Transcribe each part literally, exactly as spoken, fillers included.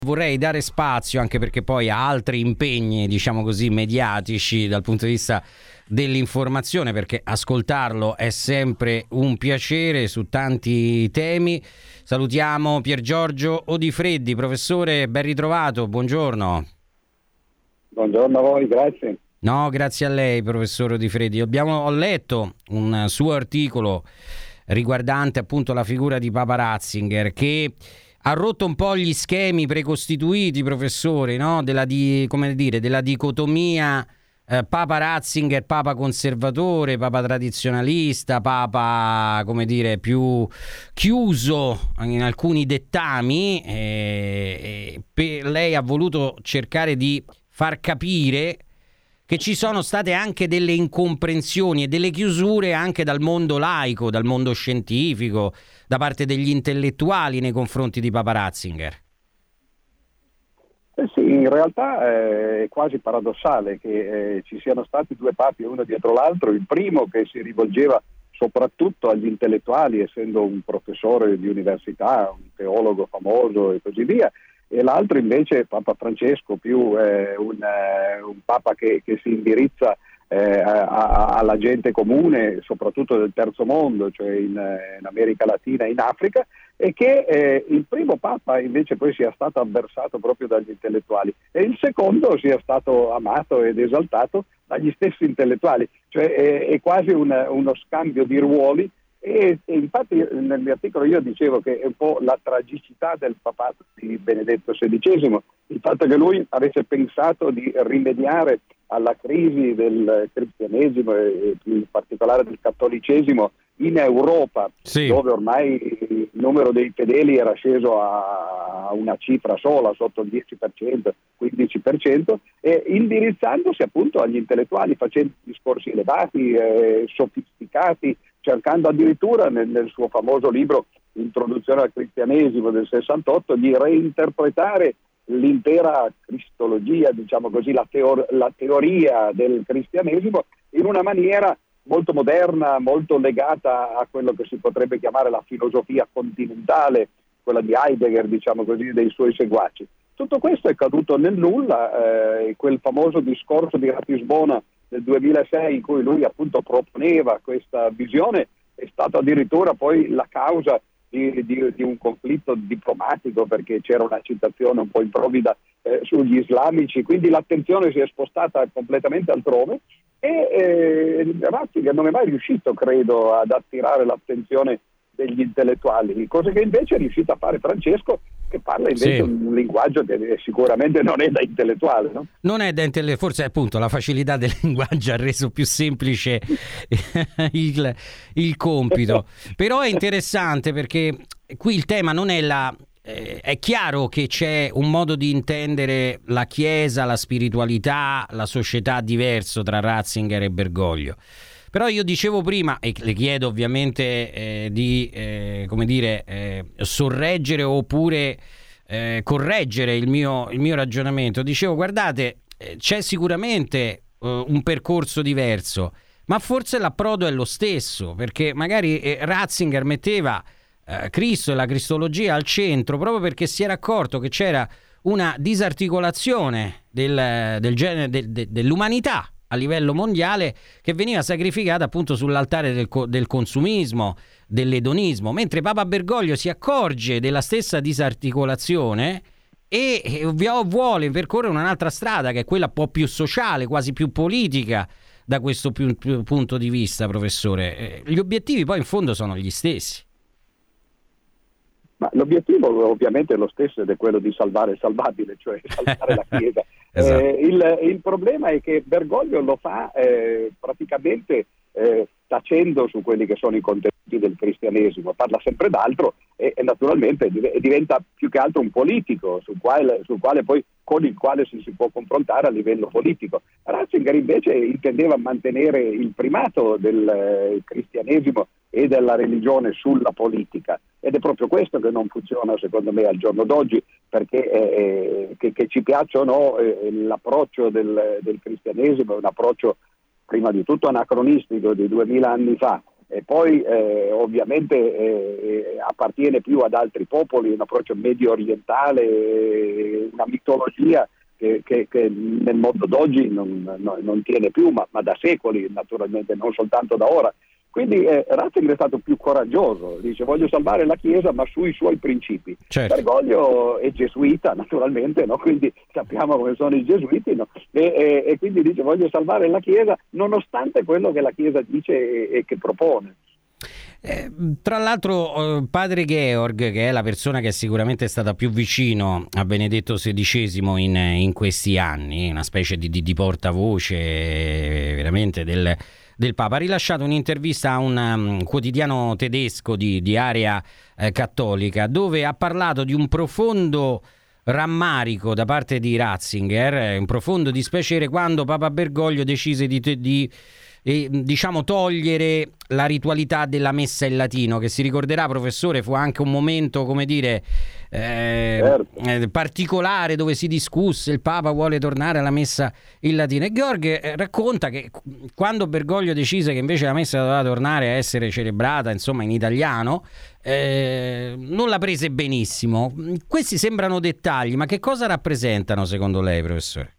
Vorrei dare spazio, anche perché poi ha altri impegni, diciamo così, mediatici dal punto di vista dell'informazione, perché ascoltarlo è sempre un piacere su tanti temi. Salutiamo Piergiorgio Odifreddi, professore, ben ritrovato, buongiorno. Buongiorno a voi, grazie. No, grazie a lei, professore Odifreddi. Abbiamo, ho letto un suo articolo riguardante appunto la figura di Papa Ratzinger, che ha rotto un po' gli schemi precostituiti, professore, no? Della, di, come dire, della dicotomia eh, Papa Ratzinger, Papa conservatore, Papa tradizionalista, Papa, come dire, più chiuso in alcuni dettami. E, e per, lei ha voluto cercare di far capire che ci sono state anche delle incomprensioni e delle chiusure anche dal mondo laico, dal mondo scientifico, da parte degli intellettuali nei confronti di Papa Ratzinger. Eh sì, in realtà eh, è quasi paradossale che eh, ci siano stati due papi uno dietro l'altro, il primo che si rivolgeva soprattutto agli intellettuali, essendo un professore di università, un teologo famoso e così via, e l'altro invece Papa Francesco, più eh, un, eh, un Papa che, che si indirizza eh, a, a, alla gente comune, soprattutto del terzo mondo, cioè in, in America Latina e in Africa, e che eh, il primo Papa invece poi sia stato avversato proprio dagli intellettuali e il secondo sia stato amato ed esaltato dagli stessi intellettuali, cioè è, è quasi un, uno scambio di ruoli. E, e infatti nel mio articolo io dicevo che è un po' la tragicità del papato di Benedetto sedicesimo, il fatto che lui avesse pensato di rimediare alla crisi del cristianesimo e in particolare del cattolicesimo in Europa, sì, dove ormai il numero dei fedeli era sceso a una cifra sola, sotto il dieci per cento, quindici per cento, e indirizzandosi appunto agli intellettuali, facendo discorsi elevati, eh, sofisticati, cercando addirittura nel, nel suo famoso libro Introduzione al cristianesimo del sessantotto di reinterpretare l'intera cristologia, diciamo così, la, teor- la teoria del cristianesimo in una maniera molto moderna, molto legata a quello che si potrebbe chiamare la filosofia continentale, quella di Heidegger, diciamo così, dei suoi seguaci. Tutto questo è caduto nel nulla, eh, quel famoso discorso di Ratisbona del duemilasei in cui lui appunto proponeva questa visione è stato addirittura poi la causa di, di, di un conflitto diplomatico, perché c'era una citazione un po' improvvida eh, sugli islamici, quindi l'attenzione si è spostata completamente altrove e eh, Ratzinger non è mai riuscito, credo, ad attirare l'attenzione degli intellettuali, cosa che invece è riuscito a fare Francesco, che parla invece sì. un linguaggio che sicuramente non è da intellettuale, no? Non è da intellettuale, forse appunto la facilità del linguaggio ha reso più semplice il, il compito. Però è interessante perché qui il tema non è la... Eh, è chiaro che c'è un modo di intendere la Chiesa, la spiritualità, la società diverso tra Ratzinger e Bergoglio. Però io dicevo prima, e le chiedo ovviamente eh, di eh, come dire, eh, sorreggere oppure eh, correggere il mio, il mio ragionamento. Dicevo, guardate, eh, c'è sicuramente eh, un percorso diverso, ma forse l'approdo è lo stesso, perché magari eh, Ratzinger metteva eh, Cristo e la cristologia al centro proprio perché si era accorto che c'era una disarticolazione del, del genere, del, de, dell'umanità a livello mondiale che veniva sacrificata appunto sull'altare del, del consumismo, dell'edonismo, mentre Papa Bergoglio si accorge della stessa disarticolazione e, e vuole percorrere un'altra strada che è quella un po' più sociale, quasi più politica da questo più, più punto di vista, professore. Gli obiettivi poi in fondo sono gli stessi. Ma l'obiettivo ovviamente è lo stesso ed è quello di salvare il salvabile, cioè salvare la Chiesa. Esatto. Eh, il, il problema è che Bergoglio lo fa eh, praticamente eh, tacendo su quelli che sono i contenuti del cristianesimo, parla sempre d'altro e, e naturalmente div- diventa più che altro un politico sul quale, sul quale poi con il quale si, si può confrontare a livello politico. Ratzinger invece intendeva mantenere il primato del eh, cristianesimo e della religione sulla politica ed è proprio questo che non funziona secondo me al giorno d'oggi, perché eh, che, che ci piaccia o no eh, l'approccio del, del cristianesimo è un approccio prima di tutto anacronistico di duemila anni fa, e poi eh, ovviamente eh, appartiene più ad altri popoli, un approccio medio orientale, eh, una mitologia che, che, che nel mondo d'oggi non, no, non tiene più, ma, ma da secoli naturalmente, non soltanto da ora. Quindi eh, Ratzinger è stato più coraggioso, dice voglio salvare la Chiesa ma sui suoi principi. Certo. Bergoglio è gesuita naturalmente, no? Quindi sappiamo come sono i gesuiti, no? e, e, e quindi dice voglio salvare la Chiesa nonostante quello che la Chiesa dice e, e che propone. Eh, tra l'altro eh, padre Georg, che è la persona che sicuramente è stata più vicino a Benedetto sedicesimo in, in questi anni, una specie di, di, di portavoce eh, veramente del, del Papa, ha rilasciato un'intervista a un um, quotidiano tedesco di, di area eh, cattolica, dove ha parlato di un profondo rammarico da parte di Ratzinger, un profondo dispiacere quando Papa Bergoglio decise di, di e, diciamo togliere la ritualità della messa in latino, che si ricorderà, professore, fu anche un momento, come dire, eh, certo. eh, particolare, dove si discusse il Papa vuole tornare alla messa in latino, e Georg eh, racconta che quando Bergoglio decise che invece la messa doveva tornare a essere celebrata insomma in italiano, eh, non la prese benissimo. Questi sembrano dettagli, ma che cosa rappresentano secondo lei, professore?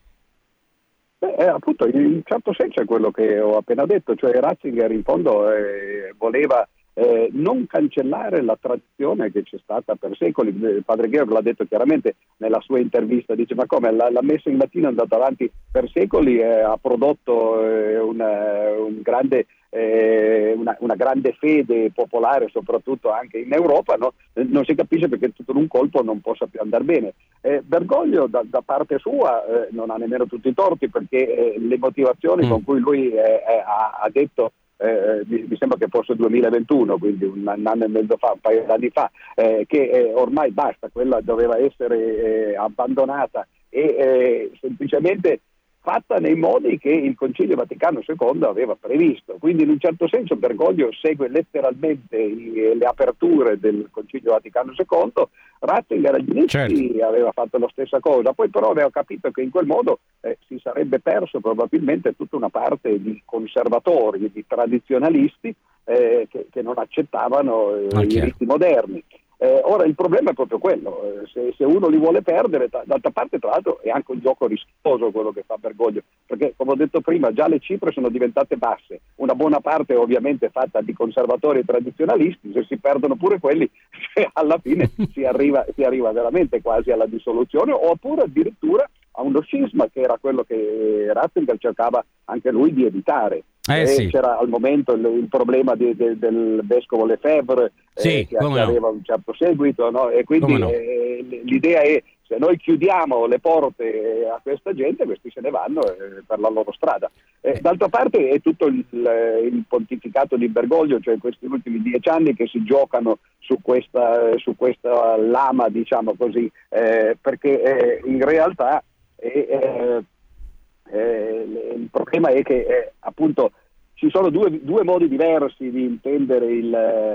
Eh, appunto, in un certo senso è quello che ho appena detto, cioè Ratzinger in fondo eh, voleva eh, non cancellare la tradizione che c'è stata per secoli. Il padre Georg l'ha detto chiaramente nella sua intervista, dice ma come la, la messa in latino è andata avanti per secoli, eh, ha prodotto eh, una, un grande eh, una, una grande fede popolare, soprattutto anche in Europa, no? Non si capisce perché tutto in un colpo non possa più andare bene. Eh, Bergoglio da, da parte sua eh, non ha nemmeno tutti i torti, perché eh, le motivazioni mm. con cui lui eh, ha, ha detto Eh, mi, mi sembra che fosse duemilaventuno, quindi un, un anno e mezzo fa, un paio d'anni fa, eh, che eh, ormai basta, quella doveva essere eh, abbandonata e eh, semplicemente fatta nei modi che il Concilio Vaticano secondo aveva previsto. Quindi in un certo senso Bergoglio segue letteralmente i, le aperture del Concilio Vaticano secondo. Ratzinger agli inizi certo. aveva fatto la stessa cosa, poi però aveva capito che in quel modo eh, si sarebbe perso probabilmente tutta una parte di conservatori, di tradizionalisti eh, che, che non accettavano eh, i riti moderni. Eh, ora il problema è proprio quello, eh, se, se uno li vuole perdere, t- d'altra parte tra l'altro è anche un gioco rischioso quello che fa Bergoglio, perché come ho detto prima già le cifre sono diventate basse, una buona parte ovviamente fatta di conservatori e tradizionalisti, se si perdono pure quelli alla fine si arriva, si arriva veramente quasi alla dissoluzione, oppure addirittura a uno scisma, che era quello che Ratzinger cercava anche lui di evitare. Eh, eh, sì. C'era al momento il, il problema di, de, del vescovo Lefebvre sì, eh, che aveva no. un certo seguito, no? E quindi no. eh, l'idea è se noi chiudiamo le porte a questa gente, questi se ne vanno eh, per la loro strada. Eh, d'altra parte è tutto il, il pontificato di Bergoglio, cioè questi ultimi dieci anni che si giocano su questa, su questa lama, diciamo così, eh, perché eh, in realtà eh, eh, Eh, il problema è che eh, appunto ci sono due, due modi diversi di intendere il,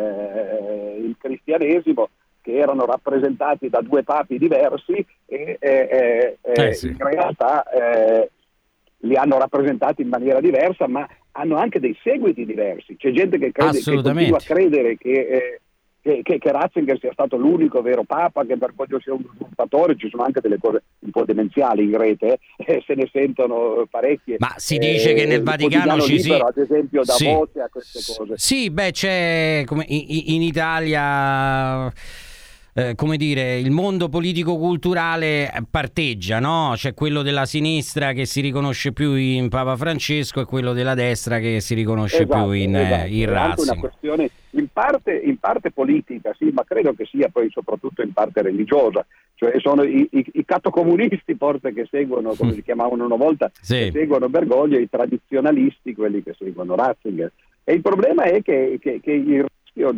eh, il cristianesimo, che erano rappresentati da due papi diversi e eh, eh, eh, sì. in realtà eh, li hanno rappresentati in maniera diversa, ma hanno anche dei seguiti diversi. C'è gente che, crede, che continua a credere che eh, Che, che, che Ratzinger sia stato l'unico vero papa, che Bergoglio sia un usurpatore. Ci sono anche delle cose un po' demenziali in rete, eh, se ne sentono parecchie. Ma si dice eh, che nel Vaticano ci libero, si... ad esempio, dà sì. voce a queste cose. Sì, beh, c'è come in, in Italia... Eh, come dire, il mondo politico-culturale parteggia, no? C'è quello della sinistra che si riconosce più in Papa Francesco e quello della destra che si riconosce esatto, più in, esatto. in Ratzinger. È anche una questione in parte, in parte politica, sì, ma credo che sia poi soprattutto in parte religiosa. Cioè sono i, i, i cattocomunisti forse che seguono, come si chiamavano una volta, sì. che seguono Bergoglio, e i tradizionalisti quelli che seguono Ratzinger. E il problema è che, che, che il rischio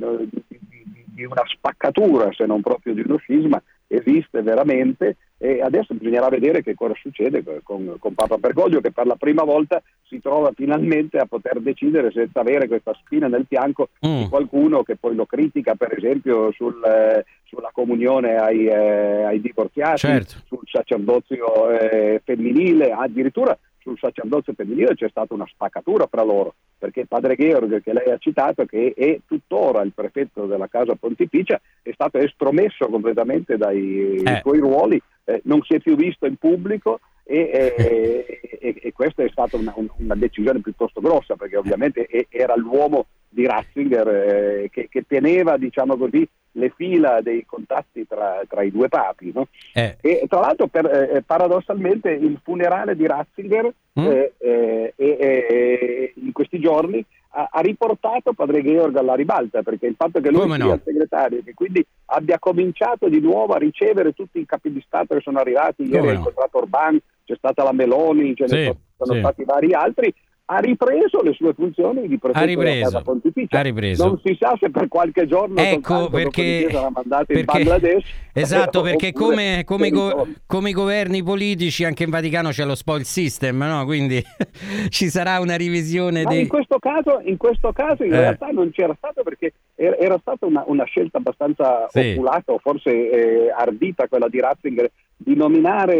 di una spaccatura, se non proprio di uno scisma, esiste veramente, e adesso bisognerà vedere che cosa succede con, con Papa Bergoglio, che per la prima volta si trova finalmente a poter decidere senza avere questa spina nel fianco mm. di qualcuno che poi lo critica, per esempio sul, eh, sulla comunione ai, eh, ai divorziati, certo. sul sacerdozio eh, femminile, addirittura sul sacerdozio femminile c'è stata una spaccatura fra loro, perché padre Georg, che lei ha citato, che è tuttora il prefetto della Casa Pontificia, è stato estromesso completamente dai eh. suoi ruoli, eh, non si è più visto in pubblico e, e, e, e questa è stata una, una decisione piuttosto grossa, perché ovviamente era l'uomo di Ratzinger eh, che, che teneva, diciamo così, le fila dei contatti tra, tra i due papi, no? eh. E tra l'altro per, eh, paradossalmente il funerale di Ratzinger mm. eh, eh, eh, in questi giorni ha, ha riportato padre Georg alla ribalta, perché il fatto che lui Come sia no? il segretario e che quindi abbia cominciato di nuovo a ricevere tutti i capi di Stato che sono arrivati, ieri ha incontrato Orban, c'è stata la Meloni, ce ne sì, sono, sono sì. stati vari altri, ha ripreso le sue funzioni di prefetto della Casa Pontificia. Ha ripreso. Non si sa se per qualche giorno ecco perché sarà mandato perché, in Bangladesh. Esatto, perché come, come, go, i come i governi politici anche in Vaticano c'è lo spoil system, no? Quindi ci sarà una revisione. Ma dei... in questo caso, in questo caso in eh. realtà non c'era stato, perché era, era stata una, una scelta abbastanza sì. oculata o forse eh, ardita quella di Ratzinger di nominare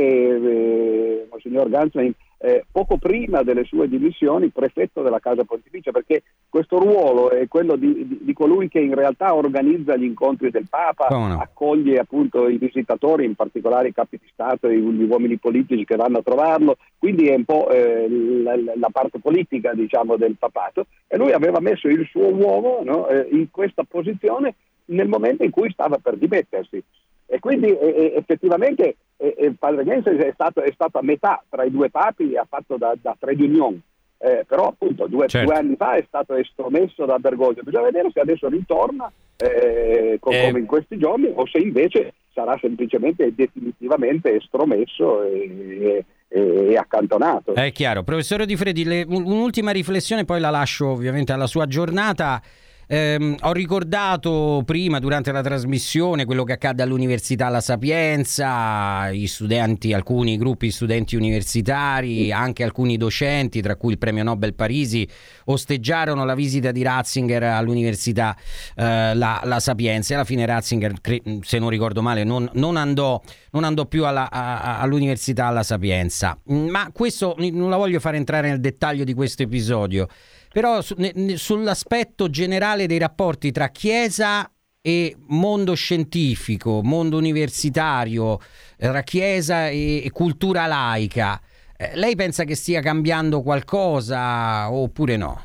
eh, Monsignor Ganswein Eh, poco prima delle sue dimissioni prefetto della Casa Pontificia, perché questo ruolo è quello di, di, di colui che in realtà organizza gli incontri del Papa, no? accoglie appunto i visitatori, in particolare i capi di Stato e gli uomini politici che vanno a trovarlo, quindi è un po' eh, la, la parte politica, diciamo, del papato, e lui aveva messo il suo uomo, no, eh, in questa posizione nel momento in cui stava per dimettersi. E quindi eh, effettivamente eh, il padre Genses è stato, è stato a metà tra i due papi, ha fatto da, da trade union, eh, però appunto due, certo. due anni fa è stato estromesso da Bergoglio. Bisogna vedere se adesso ritorna eh, con, eh. come in questi giorni, o se invece sarà semplicemente e definitivamente estromesso e, e, e accantonato. È chiaro. Professore Di Fredi, le, un'ultima riflessione, poi la lascio ovviamente alla sua giornata. Eh, ho ricordato prima durante la trasmissione quello che accadde all'Università La Sapienza, gli studenti, alcuni gruppi studenti universitari, anche alcuni docenti, tra cui il premio Nobel Parisi, osteggiarono la visita di Ratzinger all'Università eh, La, La Sapienza, e alla fine Ratzinger, se non ricordo male, non, non, andò, non andò più alla, a, all'Università La Sapienza. Ma questo non la voglio fare entrare nel dettaglio di questo episodio. Però su, ne, sull'aspetto generale dei rapporti tra Chiesa e mondo scientifico, mondo universitario, tra Chiesa e, e cultura laica, eh, lei pensa che stia cambiando qualcosa oppure no?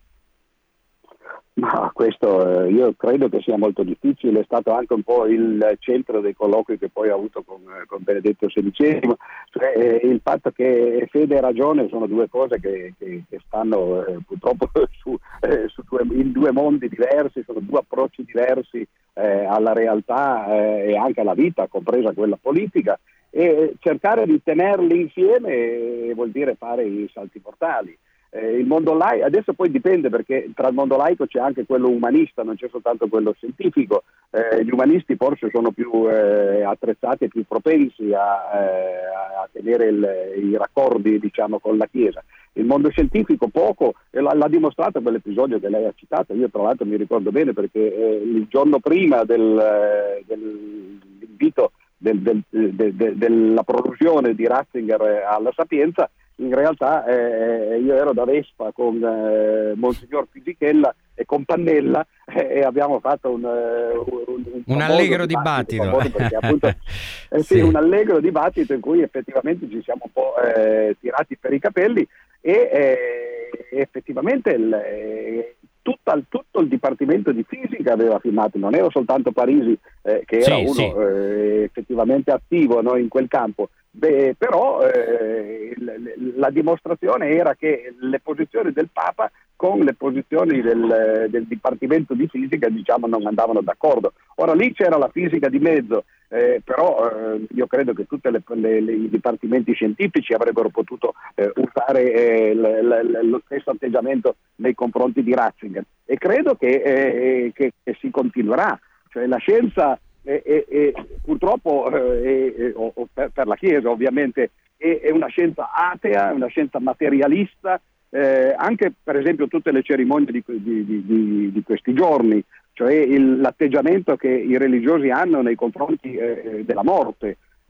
Ma questo eh, io credo che sia molto difficile, è stato anche un po' il centro dei colloqui che poi ho avuto con, con Benedetto sedicesimo, cioè eh, il fatto che fede e ragione sono due cose che, che, che stanno eh, purtroppo su, eh, su due, in due mondi diversi, sono due approcci diversi eh, alla realtà eh, e anche alla vita, compresa quella politica, e cercare di tenerli insieme vuol dire fare i salti mortali. Eh, il mondo laico, adesso poi dipende, perché tra il mondo laico c'è anche quello umanista, non c'è soltanto quello scientifico. Eh, gli umanisti forse sono più eh, attrezzati e più propensi a, eh, a tenere il, i raccordi, diciamo, con la Chiesa. Il mondo scientifico poco, e l'ha, l'ha dimostrato quell'episodio che lei ha citato. Io tra l'altro mi ricordo bene perché eh, il giorno prima del, dell'invito del, del, del, del, della prolusione di Ratzinger alla Sapienza, in realtà eh, io ero da Vespa con eh, Monsignor Fisichella e con Pannella eh, e abbiamo fatto un, un, un, un allegro dibattito, dibattito. Perché, appunto, eh, sì, sì. un allegro dibattito in cui effettivamente ci siamo un po' eh, tirati per i capelli e eh, effettivamente il, eh, Tutta, tutto il Dipartimento di Fisica aveva firmato, non era soltanto Parisi eh, che era sì, uno sì. Eh, effettivamente attivo, no, in quel campo. Beh, però eh, la dimostrazione era che le posizioni del Papa con le posizioni del, del Dipartimento di Fisica, diciamo, non andavano d'accordo. Ora lì c'era la fisica di mezzo, eh, però eh, io credo che tutti i dipartimenti scientifici avrebbero potuto eh, usare eh, l, l, lo stesso atteggiamento nei confronti di Ratzinger, e credo che, eh, che, che si continuerà, cioè la scienza E, e, e purtroppo eh, e, o, o per, per la Chiesa ovviamente è, è una scienza atea, è una scienza materialista, eh, anche per esempio tutte le cerimonie di, di, di, di questi giorni, cioè il, l'atteggiamento che i religiosi hanno nei confronti eh, della morte.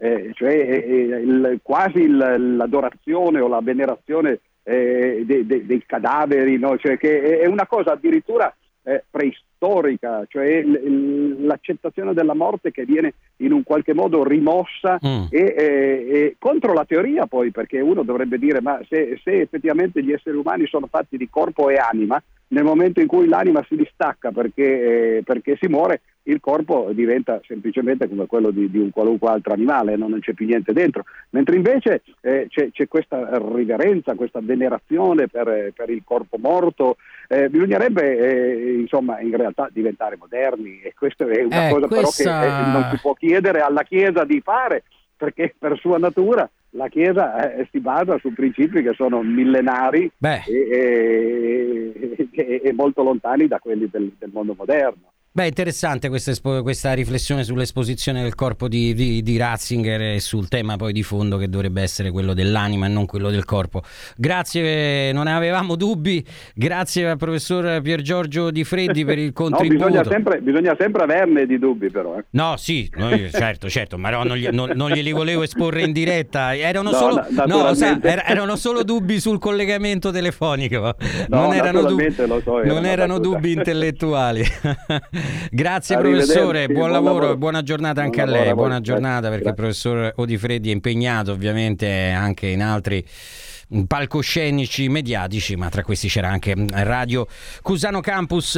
eh, cioè eh, il, quasi il, l'adorazione o la venerazione eh, de, de, dei cadaveri, no? Cioè che è una cosa addirittura eh, preistorica, cioè l, l'accettazione della morte che viene in un qualche modo rimossa mm. e, e, e contro la teoria poi, perché uno dovrebbe dire ma se, se effettivamente gli esseri umani sono fatti di corpo e anima, nel momento in cui l'anima si distacca perché, eh, perché si muore, il corpo diventa semplicemente come quello di, di un qualunque altro animale, no? Non c'è più niente dentro, mentre invece eh, c'è, c'è questa riverenza, questa venerazione per, per il corpo morto. Eh, bisognerebbe eh, insomma in realtà diventare moderni, e questa è una eh, cosa questa... però che eh, non si può chiedere alla Chiesa di fare, perché per sua natura la Chiesa eh, si basa su principi che sono millenari e, e, e, e molto lontani da quelli del, del mondo moderno. Beh, interessante questa, espo- questa riflessione sull'esposizione del corpo di, di, di Ratzinger e sul tema poi di fondo che dovrebbe essere quello dell'anima e non quello del corpo. Grazie, non ne avevamo dubbi. Grazie al professor Piergiorgio Di Freddi per il contributo. No, bisogna sempre, bisogna sempre averne di dubbi però. Eh. No, sì, noi, certo, certo, ma no, non, gli, non, non glieli volevo esporre in diretta. Erano, no, solo, no, sa, er, erano solo solo dubbi sul collegamento telefonico. No, non erano dubbi, lo so, era non erano dubbi intellettuali. Grazie professore, buon, buon lavoro, lavoro e buona giornata buon anche a lei, buona giornata, perché grazie. Il professor Odifreddi è impegnato ovviamente anche in altri palcoscenici mediatici, ma tra questi c'era anche Radio Cusano Campus.